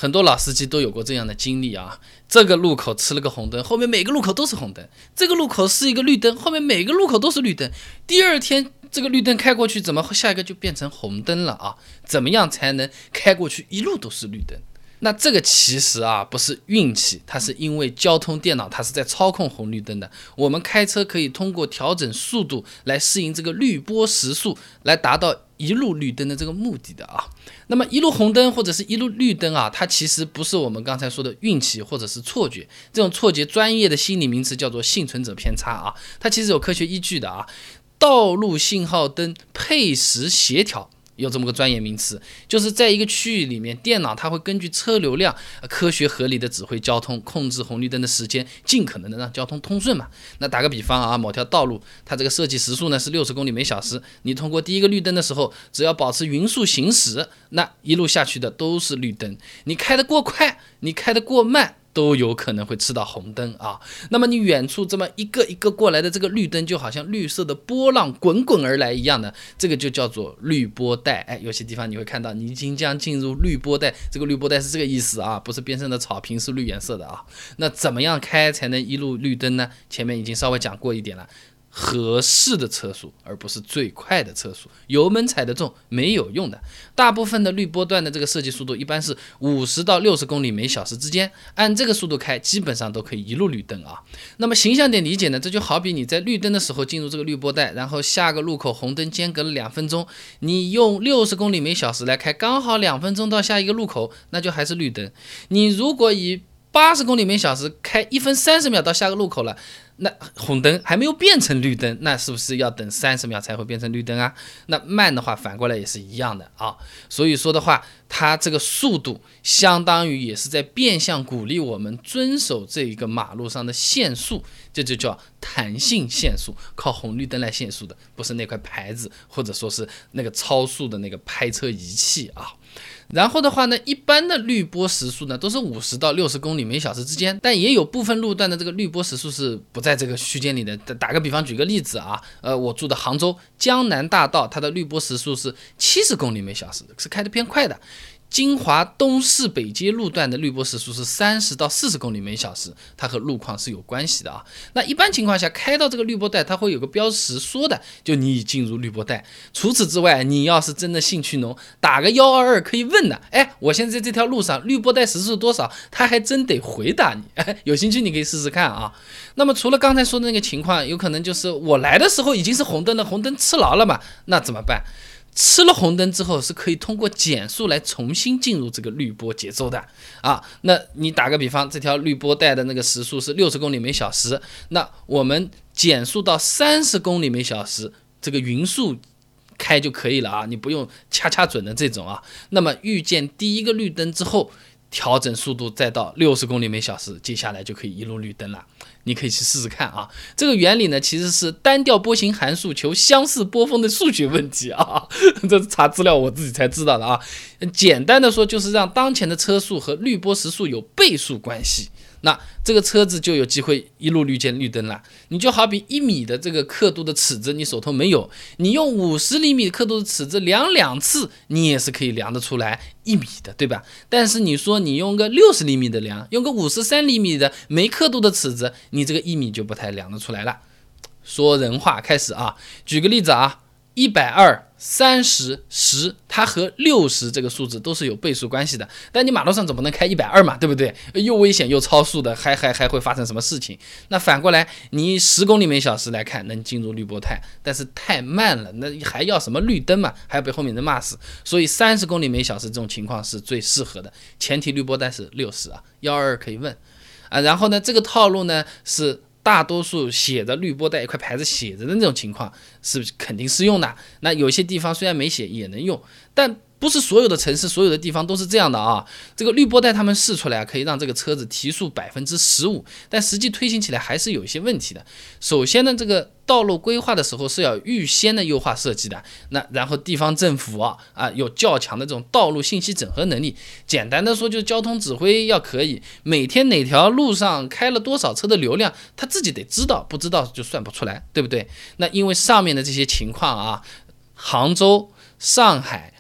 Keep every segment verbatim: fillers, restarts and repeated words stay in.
很多老司机都有过这样的经历啊，这个路口吃了个红灯，后面每个路口都是红灯，这个路口是一个绿灯，后面每个路口都是绿灯，第二天这个绿灯开过去，怎么下一个就变成红灯了啊？怎么样才能开过去一路都是绿灯？那这个其实啊不是运气，它是因为交通电脑它是在操控红绿灯的。我们开车可以通过调整速度来适应这个绿波时速，来达到一路绿灯的这个目的的啊。那么一路红灯或者是一路绿灯啊，它其实不是我们刚才说的运气或者是错觉，这种错觉专业的心理名词叫做幸存者偏差啊，它其实有科学依据的啊。道路信号灯配时协调有这么个专业名词，就是在一个区域里面，电脑它会根据车流量科学合理的指挥交通，控制红绿灯的时间，尽可能的让交通通顺嘛。那打个比方啊，某条道路它这个设计时速呢是六十公里每小时，你通过第一个绿灯的时候，只要保持匀速行驶，那一路下去的都是绿灯。你开得过快，你开得过慢，都有可能会吃到红灯啊。那么你远处这么一个一个过来的这个绿灯，就好像绿色的波浪滚滚而来一样的，这个就叫做绿波带。哎，有些地方你会看到你即将进入绿波带，这个绿波带是这个意思啊，不是边上的草坪是绿颜色的啊。那怎么样开才能一路绿灯呢？前面已经稍微讲过一点了。合适的车速，而不是最快的车速，油门踩得重没有用的。大部分的绿波段的这个设计速度一般是五十到六十公里每小时之间，按这个速度开，基本上都可以一路绿灯啊。那么形象点理解呢，这就好比你在绿灯的时候进入这个绿波带，然后下个路口红灯间隔了两分钟，你用六十公里每小时来开，刚好两分钟到下一个路口，那就还是绿灯。你如果以八十公里每小时开一分三十秒到下个路口了，那红灯还没有变成绿灯，那是不是要等三十秒才会变成绿灯啊？那慢的话反过来也是一样的啊。所以说的话，它这个速度相当于也是在变相鼓励我们遵守这一个马路上的限速，这就叫弹性限速，靠红绿灯来限速的，不是那块牌子或者说是那个超速的那个拍车仪器啊。然后的话呢，一般的绿波时速呢都是五十到六十公里每小时之间，但也有部分路段的这个绿波时速是不在这个区间里的。打个比方，举个例子啊，呃，我住的杭州江南大道，它的绿波时速是七十公里每小时，是开得偏快的。金华东市北街路段的绿波时速是三十到四十公里每小时，它和路况是有关系的啊。那一般情况下，开到这个绿波带，它会有个标识说的，就你已进入绿波带。除此之外，你要是真的兴趣浓，打个一二二可以问的，哎，我现在在这条路上绿波带时速多少？他还真得回答你。哎，有兴趣你可以试试看啊。那么除了刚才说的那个情况，有可能就是我来的时候已经是红灯了，红灯吃牢了嘛，那怎么办？吃了红灯之后是可以通过减速来重新进入这个绿波节奏的啊。那你打个比方，这条绿波带的那个时速是六十公里每小时，那我们减速到三十公里每小时，这个匀速开就可以了啊，你不用掐掐准的这种啊。那么遇见第一个绿灯之后，调整速度再到六十公里每小时，接下来就可以一路绿灯了。你可以去试试看啊。这个原理呢，其实是单调波形函数求相似波峰的数学问题啊。这是查资料我自己才知道的啊。简单的说，就是让当前的车速和绿波时速有倍数关系。那这个车子就有机会一路绿见绿灯了。你就好比一米的这个刻度的尺子，你手头没有，你用五十厘米刻度的尺子量两次，你也是可以量得出来一米的，对吧？但是你说你用个六十厘米的量，用个五十三厘米的没刻度的尺子，你这个一米就不太量得出来了。说人话开始啊，举个例子啊，一百二、三十、十，它和六十这个数字都是有倍数关系的。但你马路上总不能开一百二嘛，对不对？又危险又超速的，还还还会发生什么事情？那反过来，你十公里每小时来看，能进入绿波带，但是太慢了，那还要什么绿灯嘛？还要被后面人骂死。所以三十公里每小时这种情况是最适合的，前提绿波带是六十啊，一二二可以问啊。然后呢，这个套路呢是。大多数写着绿波带一块牌子写着的那种情况是肯定适用的。那有些地方虽然没写也能用，但不是所有的城市所有的地方都是这样的啊。这个绿波带他们试出来可以让这个车子提速 百分之十五， 但实际推行起来还是有一些问题的。首先呢，这个道路规划的时候是要预先的优化设计的，那然后地方政府啊啊有较强的这种道路信息整合能力。简单的说，就是交通指挥要可以，每天哪条路上开了多少车的流量，他自己得知道，不知道就算不出来，对不对？那因为上面的这些情况啊，杭州、上海、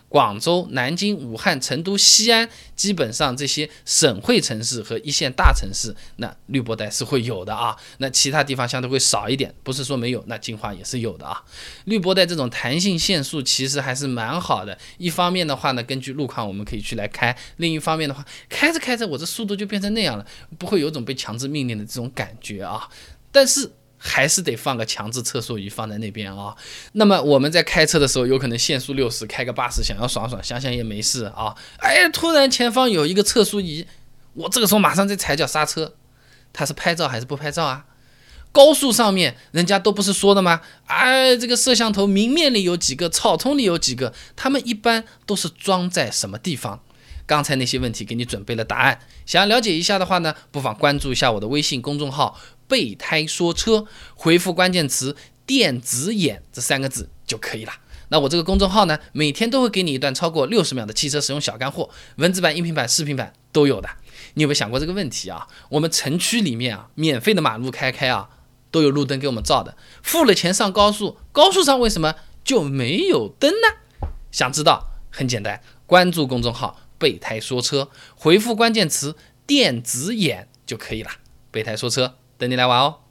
广州、南京、武汉、成都、西安，基本上这些省会城市和一线大城市，那滤波带是会有的啊。那其他地方相对会少一点，不是说没有，那金华也是有的啊。滤波带这种弹性限速其实还是蛮好的，一方面的话呢，根据路况我们可以去来开，另一方面的话，开着开着我这速度就变成那样了，不会有种被强制命令的这种感觉啊。但是还是得放个强制测速仪放在那边啊。那么我们在开车的时候，有可能限速六十，开个八十，想要爽爽，想想也没事啊。哎，突然前方有一个测速仪，我这个时候马上再踩脚刹车，它是拍照还是不拍照啊？高速上面人家都不是说的吗？哎，这个摄像头明面里有几个，草丛里有几个，他们一般都是装在什么地方？刚才那些问题给你准备了答案，想要了解一下的话呢，不妨关注一下我的微信公众号备胎说车，回复关键词电子眼这三个字就可以了。那我这个公众号呢，每天都会给你一段超过六十秒的汽车使用小干货，文字版、音频版、视频版都有的。你有没有想过这个问题啊？我们城区里面啊，免费的马路开开啊，都有路灯给我们照的，付了钱上高速，高速上为什么就没有灯呢？想知道？很简单，关注公众号备胎说车，回复关键词电子眼就可以了。备胎说车，等你来玩哦。